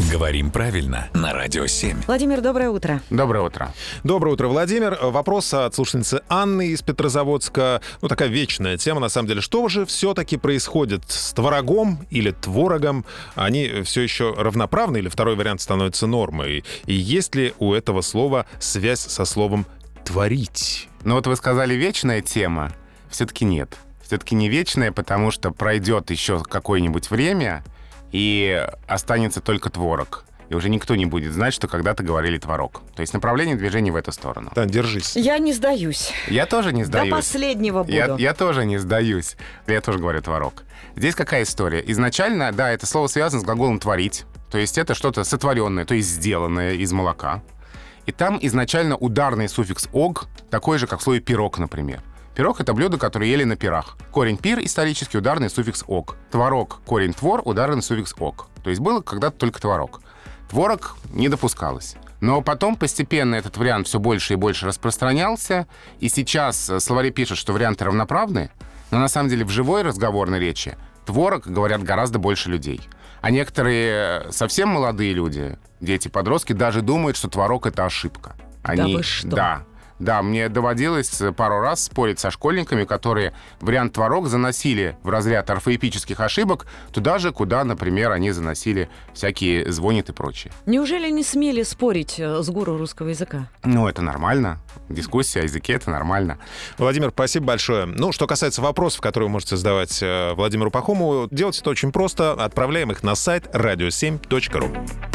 Говорим правильно на Радио 7. Владимир, доброе утро. Доброе утро. Доброе утро, Владимир. Вопрос от слушательницы Анны из Петрозаводска. Такая вечная тема, на самом деле. Что же все-таки происходит с творогом или творогом? Они все еще равноправны или второй вариант становится нормой? И есть ли у этого слова связь со словом «творить»? Ну вот вы сказали «вечная тема». Все-таки нет. Все-таки не вечная, потому что пройдет еще какое-нибудь время, и останется только творог. И уже никто не будет знать, что когда-то говорили творог. То есть направление движения в эту сторону. Да, держись. Я не сдаюсь. Я тоже не сдаюсь. До последнего буду. Я тоже не сдаюсь. Я тоже говорю творог. Здесь какая история? Изначально, да, это слово связано с глаголом «творить». То есть это что-то сотворенное, то есть сделанное из молока. И там изначально ударный суффикс «ог», такой же, как в слове «пирог», например. Пирог — это блюдо, которое ели на пирах. Корень «пир» исторически ударный суффикс «ог». Творог, корень «твор» ударный суффикс «ог». То есть было когда-то только творог. Творог не допускалось. Но потом постепенно этот вариант все больше и больше распространялся. И сейчас словари пишут, что варианты равноправны. Но на самом деле в живой разговорной речи творог говорят гораздо больше людей. А некоторые совсем молодые люди, дети, подростки, даже думают, что творог — это ошибка. Да вы что? Да, мне доводилось пару раз спорить со школьниками, которые вариант «творог» заносили в разряд орфоэпических ошибок туда же, куда, например, они заносили всякие «звонит» и прочее. Неужели не смели спорить с гуру русского языка? Ну, это нормально. Дискуссия о языке — это нормально. Владимир, спасибо большое. Что касается вопросов, которые вы можете задавать Владимиру Пахомову, делать это очень просто. Отправляем их на сайт radio7.ru.